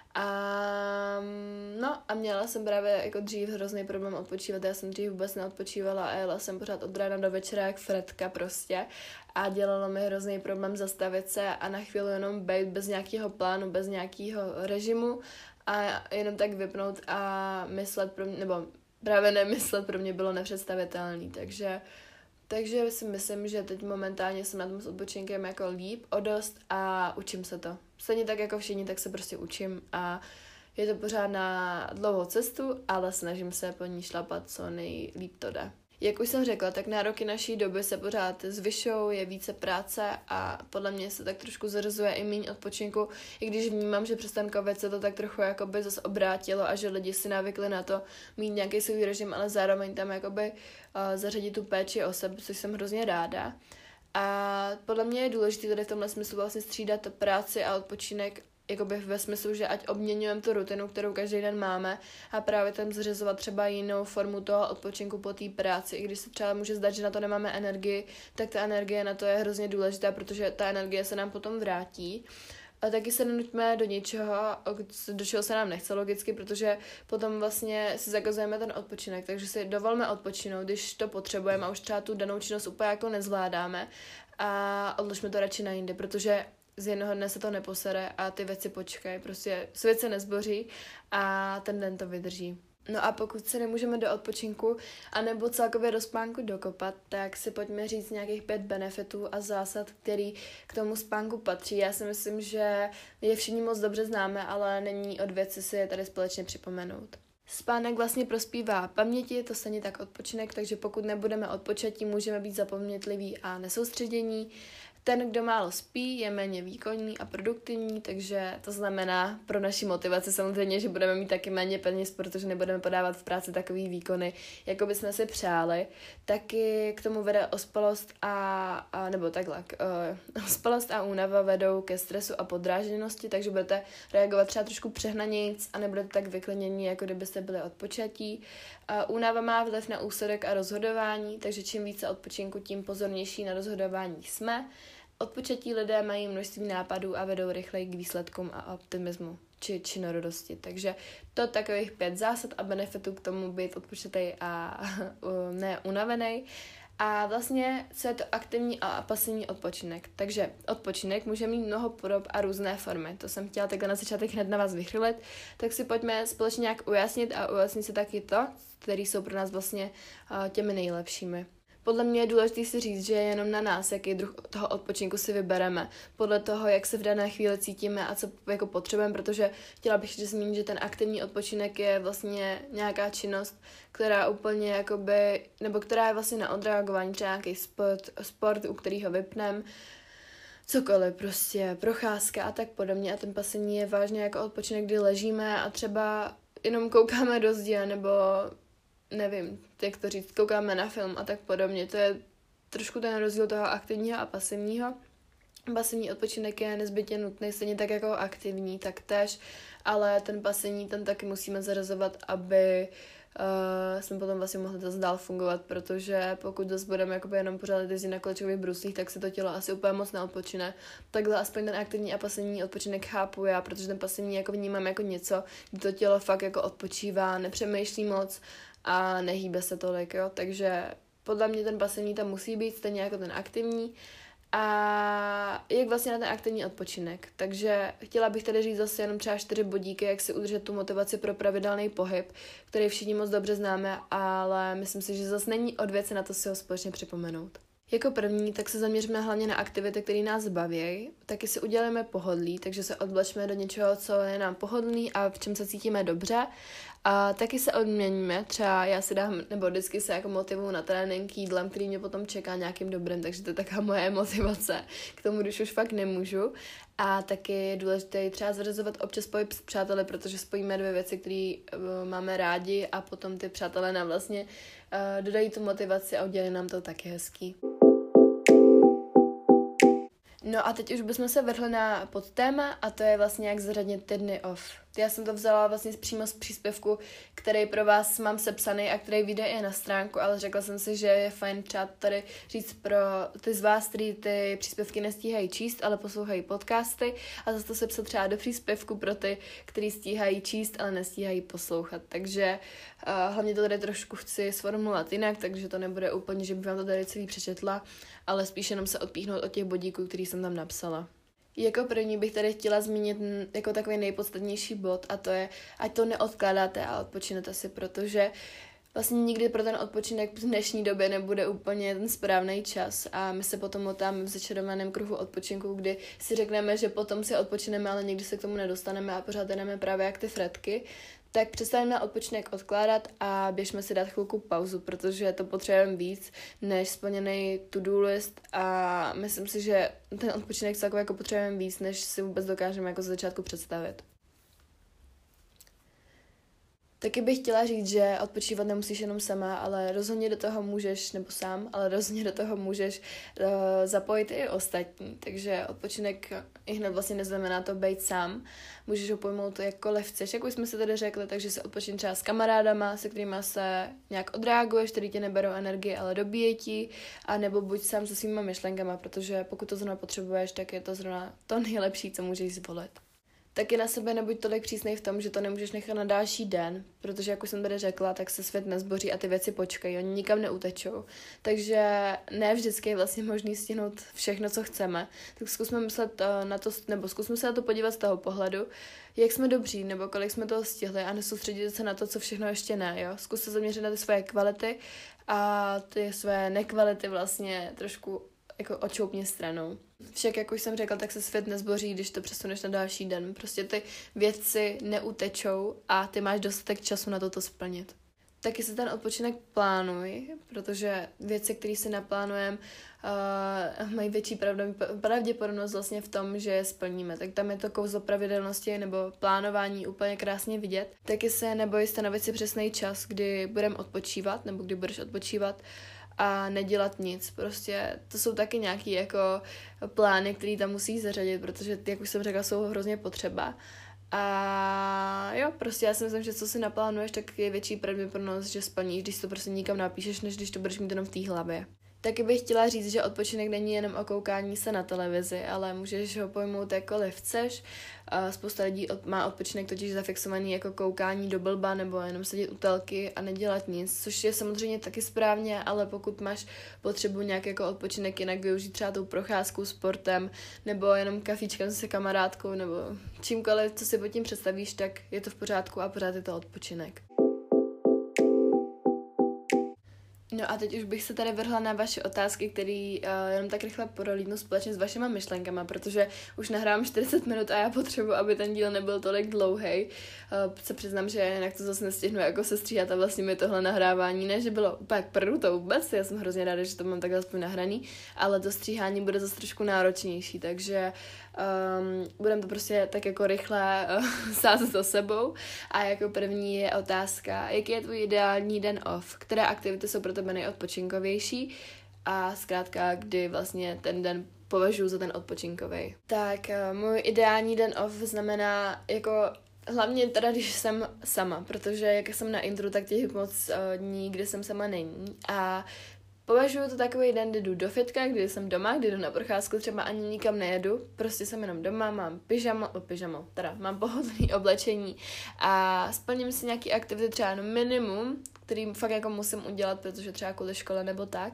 A no a měla jsem právě jako dřív hrozný problém odpočívat, já jsem dřív vůbec neodpočívala a jela jsem pořád od rána do večera jak Fredka prostě a dělalo mi hrozný problém zastavit se a na chvíli jenom být bez nějakého plánu, bez nějakého režimu a jenom tak vypnout a myslet pro mě, nebo právě nemyslet pro mě bylo nepředstavitelný, takže takže si myslím, že teď momentálně jsem na tom s odpočinkem jako líp, o dost a učím se to. Stejně tak jako všichni, tak se prostě učím a je to pořád na dlouhou cestu, ale snažím se po ní šlapat, co nejlíp to jde. Jak už jsem řekla, tak nároky naší doby se pořád zvyšou, je více práce a podle mě se tak trošku zařazuje i méně odpočinku, i když vnímám, že přes ten covid se to tak trochu jakoby zase obrátilo a že lidi si navykli na to mít nějaký svůj režim, ale zároveň tam jakoby uh, zařadit tu péči o sebe, což jsem hrozně ráda. A podle mě je důležité tady v tomhle smyslu vlastně střídat práci a odpočinek jakoby ve smyslu, že ať obměňujeme tu rutinu, kterou každý den máme a právě tam zřizovat třeba jinou formu toho odpočinku po té práci. I když se třeba může zdát, že na to nemáme energii, tak ta energie na to je hrozně důležitá, protože ta energie se nám potom vrátí. A taky se nenuďme do něčeho, do čeho se nám nechce logicky, protože potom vlastně si zakazujeme ten odpočinek, takže si dovolme odpočinout, když to potřebujeme a už třeba tu danou činnost úplně jako nezvládáme a odložme to radši na jindy, protože z jednoho dne se to neposere a ty věci počkají, prostě svět se nezboří a ten den to vydrží. No a pokud se nemůžeme do odpočinku anebo celkově do spánku dokopat, tak si pojďme říct nějakých pět benefitů a zásad, který k tomu spánku patří. Já si myslím, že je všichni moc dobře známe, ale není od věci si je tady společně připomenout. Spánek vlastně prospívá paměti, to stejně tak odpočinek, takže pokud nebudeme odpočatí, můžeme být zapomnětliví a nesoustředění. Ten, kdo málo spí, je méně výkonný a produktivní, takže to znamená pro naši motivaci samozřejmě, že budeme mít taky méně peněz, protože nebudeme podávat v práci takový výkony, jako bychom si přáli. Taky k tomu vede ospalost a, a nebo takhle, uh, ospalost a únava vedou ke stresu a podrážděnosti, takže budete reagovat třeba trošku přehnanějc a nebudete tak vyklidnění, jako kdybyste byli odpočatí. Uh, únava má vliv na úsudek a rozhodování, takže čím více odpočinku, tím pozornější na rozhodování jsme. Odpočatí lidé mají množství nápadů a vedou rychleji k výsledkům a optimismu či činorodosti. Takže to takových pět zásad a benefitů k tomu být odpočatej a ne unavený. A vlastně, co je to aktivní a pasivní odpočinek. Takže odpočinek může mít mnoho podob a různé formy. To jsem chtěla takhle na začátek hned na vás vychrylit. Tak si pojďme společně nějak ujasnit a ujasnit si taky to, které jsou pro nás vlastně těmi nejlepšími. Podle mě je důležité si říct, že je jenom na nás, jaký druh toho odpočinku si vybereme. Podle toho, jak se v dané chvíli cítíme a co jako potřebujeme, protože chtěla bych ještě zmínit, že ten aktivní odpočinek je vlastně nějaká činnost, která úplně jakoby, nebo která je vlastně na odreagování, třeba nějaký sport, sport u kterého vypneme, cokoliv, prostě procházka a tak podobně. A ten pasivní je vážně jako odpočinek, kdy ležíme a třeba jenom koukáme do zdi, nebo nevím, jak to říct, koukáme na film a tak podobně. To je trošku ten rozdíl toho aktivního a pasivního. Pasivní odpočinek je nezbytně nutný, stejně tak jako aktivní, tak tež, ale ten pasivní, ten taky musíme zařazovat, aby uh, jsme potom vlastně mohli zase dál fungovat, protože pokud zase budeme jakoby jenom pořád jezdit na kolečkových bruslích, tak se to tělo asi úplně moc neodpočine. Takhle aspoň ten aktivní a pasivní odpočinek chápu já, protože ten pasivní jako vnímám jako něco, kdy to tělo fakt jako odpočívá, nepřemýšlí moc a nehýbe se tolik, jo, takže podle mě ten pasivní tam musí být stejně jako ten aktivní. A jak vlastně na ten aktivní odpočinek. Takže chtěla bych tady říct zase jenom třeba čtyři bodíky, jak si udržet tu motivaci pro pravidelný pohyb, který všichni moc dobře známe, ale myslím si, že zase není od věci na to si ho společně připomenout. Jako první, tak se zaměříme hlavně na aktivity, které nás baví, taky si uděláme pohodlí, takže se odvlačíme do něčeho, co je nám pohodlný a v čem se cítíme dobře. A taky se odměníme, třeba já si dám, nebo vždycky se jako motivuju na trénink jídlem, který mě potom čeká nějakým dobrým, takže to je taková moje motivace k tomu, když už fakt nemůžu. A taky je důležité třeba zařazovat občas pohyb s přáteli, protože spojíme dvě věci, které uh, máme rádi a potom ty přátelé nám vlastně uh, dodají tu motivaci a udělají nám to taky hezký. No a teď už bychom se vrhli na podtéma a to je vlastně jak zařadit ty dny off. Já jsem to vzala vlastně přímo z příspěvku, který pro vás mám sepsaný a který vyjde i na stránku, ale řekla jsem si, že je fajn třeba tady říct pro ty z vás, kteří ty příspěvky nestíhají číst, ale poslouchají podcasty a zase to sepsat třeba do příspěvku pro ty, kteří stíhají číst, ale nestíhají poslouchat. Takže uh, hlavně to tady trošku chci sformulovat jinak, takže to nebude úplně, že bych vám to tady celý přečetla, ale spíš jenom se odpíchnout od těch bodíků, který jsem tam napsala. Jako první bych tady chtěla zmínit jako takový nejpodstatnější bod a to je, ať to neodkládáte a odpočinete si, protože vlastně nikdy pro ten odpočinek v dnešní době nebude úplně ten správný čas a my se potom motáme v začarovaném kruhu odpočinku, kdy si řekneme, že potom si odpočineme, ale nikdy se k tomu nedostaneme a pořád jdeme právě jak ty fretky. Tak přestaňme odpočinek odkládat a běžme si dát chvilku pauzu, protože to potřebujeme víc než splněný to-do list a myslím si, že ten odpočinek celkově jako potřebujeme víc, než si vůbec dokážeme jako z začátku představit. Taky bych chtěla říct, že odpočívat nemusíš jenom sama, ale rozhodně do toho můžeš, nebo sám, ale rozhodně do toho můžeš uh, zapojit i ostatní. Takže odpočinek i hned vlastně neznamená to být sám. Můžeš ho pojmout jakkoliv chceš, jak už jsme se tady řekli, takže se odpočin třeba s kamarádama, se kterými se nějak odreaguješ, který ti neberou energii, ale dobíjí ti, a nebo buď sám se svýma myšlenkama, protože pokud to zrovna potřebuješ, tak je to zrovna to nejlepší, co můžeš zvolit. Taky na sebe nebuď tolik přísnej v tom, že to nemůžeš nechat na další den, protože jak už jsem tady řekla, tak se svět nezboří a ty věci počkají, oni nikam neutečou. Takže ne vždycky je vlastně možný stihnout všechno, co chceme. Tak zkusme myslet na to, nebo zkusme se na to podívat z toho pohledu, jak jsme dobří, nebo kolik jsme toho stihli, a nesoustředit se na to, co všechno ještě ne, jo. Zkus se zaměřit na ty svoje kvality a ty své nekvality vlastně trošku jako očoupně stranou. Však, jak už jsem řekla, tak se svět nezboří, když to přesuneš na další den. Prostě ty věci neutečou a ty máš dostatek času na to to splnit. Taky si ten odpočinek plánuj, protože věci, které si naplánujeme, uh, mají větší pravděpodobnost vlastně v tom, že je splníme. Tak tam je to kouzlo pravidelnosti nebo plánování úplně krásně vidět. Taky se neboj stanovit si přesný čas, kdy budeme odpočívat nebo kdy budeš odpočívat, a nedělat nic. Prostě to jsou taky nějaký jako plány, které tam musíš zařadit, protože, jak už jsem řekla, jsou hrozně potřeba. A jo, prostě já si myslím, že co si naplánuješ, tak je větší pravděpodobnost, že splníš, když to prostě nikam napíšeš, než když to budeš mít jenom v té hlavě. Taky bych chtěla říct, že odpočinek není jenom o koukání se na televizi, ale můžeš ho pojmout jakkoliv chceš. Spousta lidí má odpočinek totiž zafixovaný jako koukání do blba nebo jenom sedět u telky a nedělat nic, což je samozřejmě taky správně, ale pokud máš potřebu nějak jako odpočinek jinak využít třeba tou procházkou, sportem nebo jenom kafíčkem se kamarádkou nebo čímkoliv, co si pod tím představíš, tak je to v pořádku a pořád je to odpočinek. No a teď už bych se tady vrhla na vaše otázky, které uh, jenom tak rychle prolídnu společně s vašima myšlenkama, protože už nahrávám čtyřicet minut a já potřebuji, aby ten díl nebyl tolik dlouhej. Uh, se přiznám, že jinak to zase nestihnu jako se stříhat a vlastně mi tohle nahrávání, ne, že bylo úplně prdu to vůbec, já jsem hrozně ráda, že to mám takhle aspoň nahraný, ale to stříhání bude zase trošku náročnější, takže um, budem to prostě tak jako rychle uh, sázet za sebou. A jako první je otázka, jaký je tvůj ideální den off, které aktivity jsou pro tebe nejodpočinkovější a zkrátka, kdy vlastně ten den považuji za ten odpočinkový. Tak uh, můj ideální den off znamená jako hlavně teda, když jsem sama, protože jak jsem na intru, tak těch moc uh, dní, kdy jsem sama není. A považuji to takový den, kdy jdu do fitka, kdy jsem doma, kdy jdu na procházku, třeba ani nikam nejedu, prostě jsem jenom doma, mám pyžamo, o pyžamo, teda mám pohodlný oblečení a splním si nějaký aktivity, třeba no minimum, který fakt jako musím udělat, protože třeba kvůli škole nebo tak,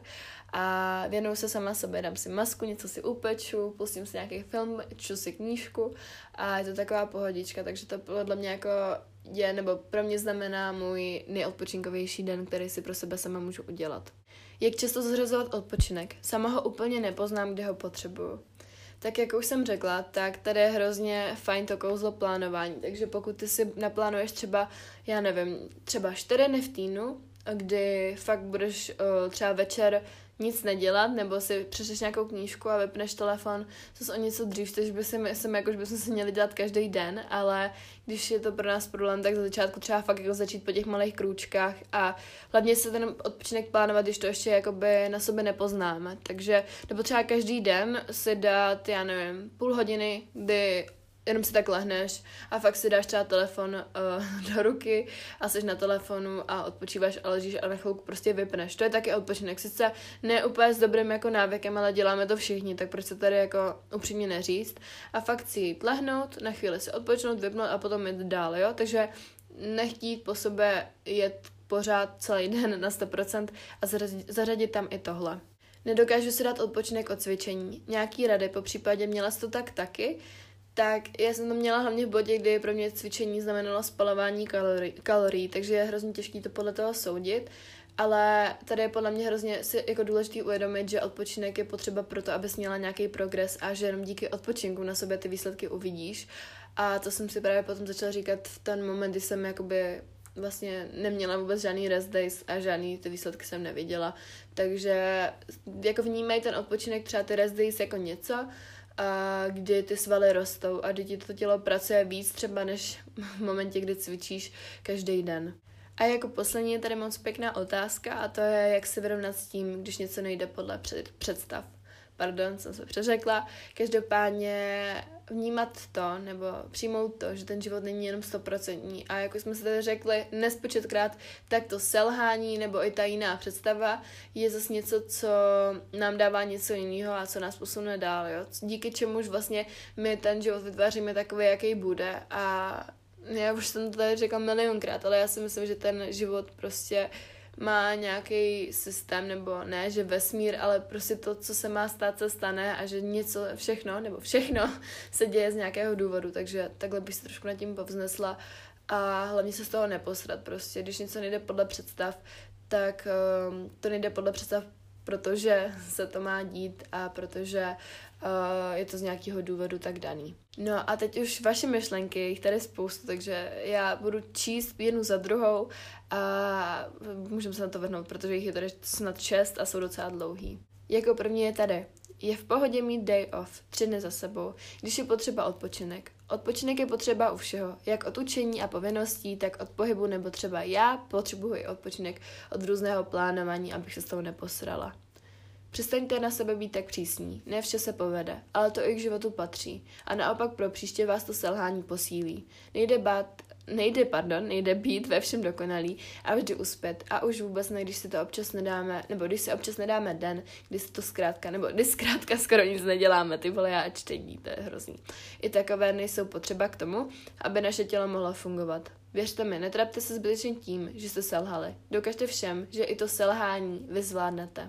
a věnuju se sama sobě, dám si masku, něco si upeču, pustím si nějaký film, čtu si knížku a je to taková pohodička, takže to podle mě jako je, nebo pro mě znamená můj nejodpočinkovější den, který si pro sebe sama můžu udělat. Jak často zařazovat odpočinek? Sama ho úplně nepoznám, kde ho potřebuju. Tak jak už jsem řekla, tak tady je hrozně fajn to kouzlo plánování, takže pokud ty si naplánuješ třeba, já nevím, třeba čtyři dny v týdnu, kdy fakt budeš uh, třeba večer nic nedělat, nebo si přečteš nějakou knížku a vypneš telefon, zase o něco dřív, takže by si myslím, jako, že bychom si měli dělat každý den, ale když je to pro nás problém, tak za začátku třeba fakt jako začít po těch malých krůčkách a hlavně se ten odpočinek plánovat, když to ještě jakoby na sobě nepoznáme. Takže nebo třeba každý den si dát, já nevím, půl hodiny, kdy jenom si tak lehneš a fakt si dáš třeba telefon uh, do ruky a jsi na telefonu a odpočíváš a ležíš a na chvilku prostě vypneš. To je taky odpočinek. Sice ne úplně s dobrým jako návykem, ale děláme to všichni, tak proč se tady jako upřímně neříct. A fakt si jít lehnout, na chvíli si odpočnout, vypnout a potom jít dál, jo? Takže nechtít po sobě jet pořád celý den na sto procent a zařadit, zařadit tam i tohle. Nedokážu si dát odpočinek od cvičení. Nějaký rady, po případě měla jsi to tak taky, tak já jsem to měla hlavně v bodě, kdy pro mě cvičení znamenalo spalování kalorií, kalorií, takže je hrozně těžké to podle toho soudit, ale tady je podle mě hrozně si jako důležitý uvědomit, že odpočinek je potřeba proto, abys měla nějaký progres a že jenom díky odpočinku na sobě ty výsledky uvidíš. A to jsem si právě potom začala říkat v ten moment, kdy jsem jakoby vlastně neměla vůbec žádný rest days a žádný ty výsledky jsem neviděla. Takže jako vnímej ten odpočinek, třeba ty rest days jako něco, a kdy ty svaly rostou a kdy ti to tělo pracuje víc třeba než v momentě, kdy cvičíš každý den. A jako poslední je tady moc pěkná otázka a to je, jak se vyrovnat s tím, když něco nejde podle představ. Pardon, jsem se přeřekla. Každopádně vnímat to, nebo přijmout to, že ten život není jenom stoprocentní. A jako jsme se tady řekli nespočetkrát, tak to selhání nebo i ta jiná představa je zase něco, co nám dává něco jiného a co nás posune dál. Jo? Díky čemuž vlastně my ten život vytváříme takový, jaký bude. A já už jsem to tady řekla milionkrát, ale já si myslím, že ten život prostě má nějaký systém, nebo ne, že vesmír, ale prostě to, co se má stát, se stane a že něco, všechno, nebo všechno se děje z nějakého důvodu, takže takhle bych se trošku nad tím povznesla a hlavně se z toho neposrat prostě. Když něco nejde podle představ, tak um, to nejde podle představ, protože se to má dít a protože uh, je to z nějakého důvodu tak daný. No a teď už vaše myšlenky, jich tady spoustu, takže já budu číst jednu za druhou a můžeme se na to vrhnout, protože jich je tady snad šest a jsou docela dlouhý. Jako první je tady. Je v pohodě mít day off, tři dny za sebou, když je potřeba odpočinek. Odpočinek je potřeba u všeho, jak od učení a povinností, tak od pohybu, nebo třeba já potřebuji odpočinek od různého plánování, abych se s toho neposrala. Přestaňte na sebe být tak přísní, ne vše se povede, ale to i k životu patří a naopak pro příště vás to selhání posílí. Nejde bát, nejde, pardon, nejde být ve všem dokonalý a vždy uspět a už vůbec ne, když si to občas nedáme, nebo když si občas nedáme den, kdy si to zkrátka, nebo když zkrátka skoro nic neděláme, ty vole, já čtení, to je hrozný. I takové dny jsou potřeba k tomu, aby naše tělo mohlo fungovat. Věřte mi, netrapte se zbytečně tím, že jste selhali. Dokažte všem, že i to selhání vy zvládnete.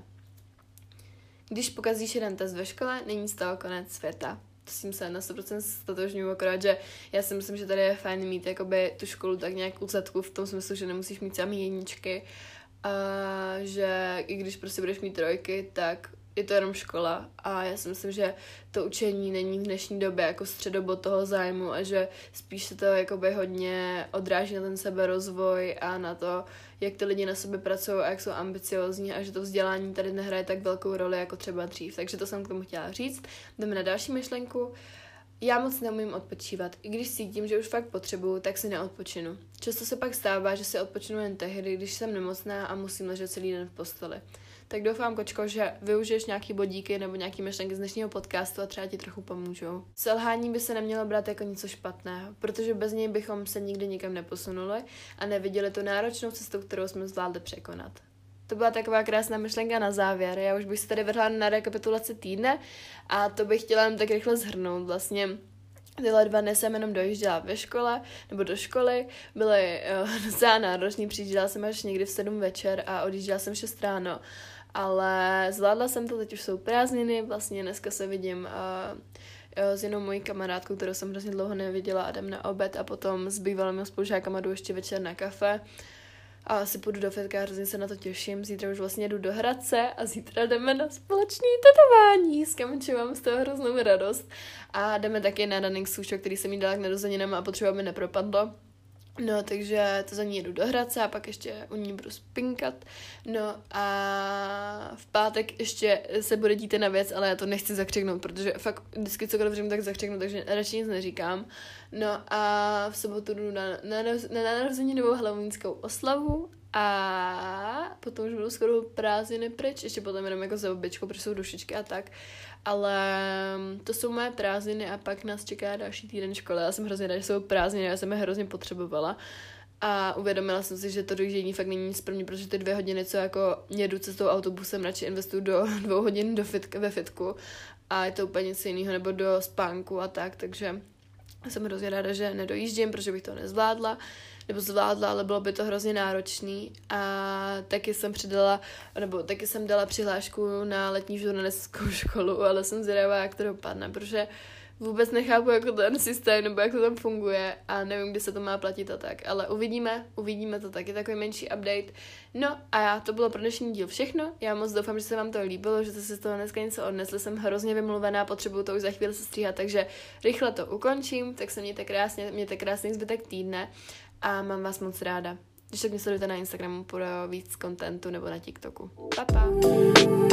Když pokazíš jeden test ve škole, není z toho konec světa. To s tím se na sto procent stotožňuji, akorát, že já si myslím, že tady je fajn mít jakoby tu školu tak nějak u zadku v tom smyslu, že nemusíš mít samý jedničky a že i když prostě budeš mít trojky, tak je to jenom škola a já si myslím, že to učení není v dnešní době jako středobod toho zájmu a že spíš se to jakoby hodně odráží na ten seberozvoj a na to, jak ty lidi na sebe pracují a jak jsou ambiciozní a že to vzdělání tady nehraje tak velkou roli jako třeba dřív. Takže to jsem k tomu chtěla říct. Jdeme na další myšlenku. Já moc neumím odpočívat. I když cítím, že už fakt potřebuju, tak si neodpočinu. Často se pak stává, že si odpočinu jen tehdy, když jsem nemocná a musím ležet celý den v posteli. Tak doufám, kočko, že využiješ nějaký bodíky nebo nějaký myšlenky z dnešního podcastu a třeba ti trochu pomůžou. Selhání by se nemělo brát jako něco špatného, protože bez něj bychom se nikdy nikam neposunuli a neviděli tu náročnou cestu, kterou jsme zvládli překonat. To byla taková krásná myšlenka na závěr. Já už bych se tady vrhla na rekapitulaci týdne a to bych chtěla jen tak rychle shrnout. Vlastně tyhle dva dny jsem jenom dojížděla ve škole, nebo do školy, byly uh, docela náročný, přijížděla jsem až někdy v sedm večer a odjížděla jsem šest ráno. Ale zvládla jsem to, teď už jsou prázdniny, vlastně dneska se vidím uh, s jednou mojí kamarádkou, kterou jsem hrozně dlouho neviděla a jdem na oběd a potom s bývalými spolužákama jdu ještě večer na kafe. A asi půjdu do fitka, hrozně se na to těším. Zítra už vlastně jdu do Hradce a zítra jdeme na společné tetování. S Kamečem mám z toho hroznou radost. A jdeme taky na running sušo, který jsem jí dala k narozeninám a potřeba, aby nepropadlo. No, takže to za ní jedu do Hradce a pak ještě u ní budu spinkat. No a v pátek ještě se bude dít na věc, ale já to nechci zakřiknout, protože fakt vždycky cokoliv řeknu, tak zakřiknu, takže radši nic neříkám. No a v sobotu jdu na, na, na, na narozeninovou halloweenskou oslavu a potom už budou skoro prázdniny pryč, ještě potom jenom jako za babičkou, protože jsou dušičky a tak. Ale to jsou moje prázdniny a pak nás čeká další týden školy. Já jsem hrozně ráda, že jsou prázdniny, já jsem je hrozně potřebovala. A uvědomila jsem si, že to dojíždění fakt není nic pro mě, protože ty dvě hodiny, co jako jedu cestou autobusem, radši investuju do dvou hodin do fitka, ve fitku a je to úplně nic jiného, nebo do spánku a tak, takže jsem hrozně ráda, že nedojíždím, protože bych to nezvládla, nebo zvládla, ale bylo by to hrozně náročný a taky jsem přidala, nebo taky jsem dala přihlášku na letní žurnalistickou školu, ale jsem zvědavá, jak to dopadne, protože vůbec nechápu, jako ten systém, nebo jak to tam funguje a nevím, kdy se to má platit a tak, ale uvidíme, uvidíme to taky, takový menší update. No a já, to bylo pro dnešní díl všechno, já moc doufám, že se vám to líbilo, že jste si z toho dneska něco odnesli, jsem hrozně vymluvená, potřebuju to už za chvíli sestříhat, takže rychle to ukončím, tak se mějte krásně, mějte krásný zbytek týdne a mám vás moc ráda. Když tak mě sledujete na Instagramu pro víc kontentu nebo na TikToku. Pa, pa!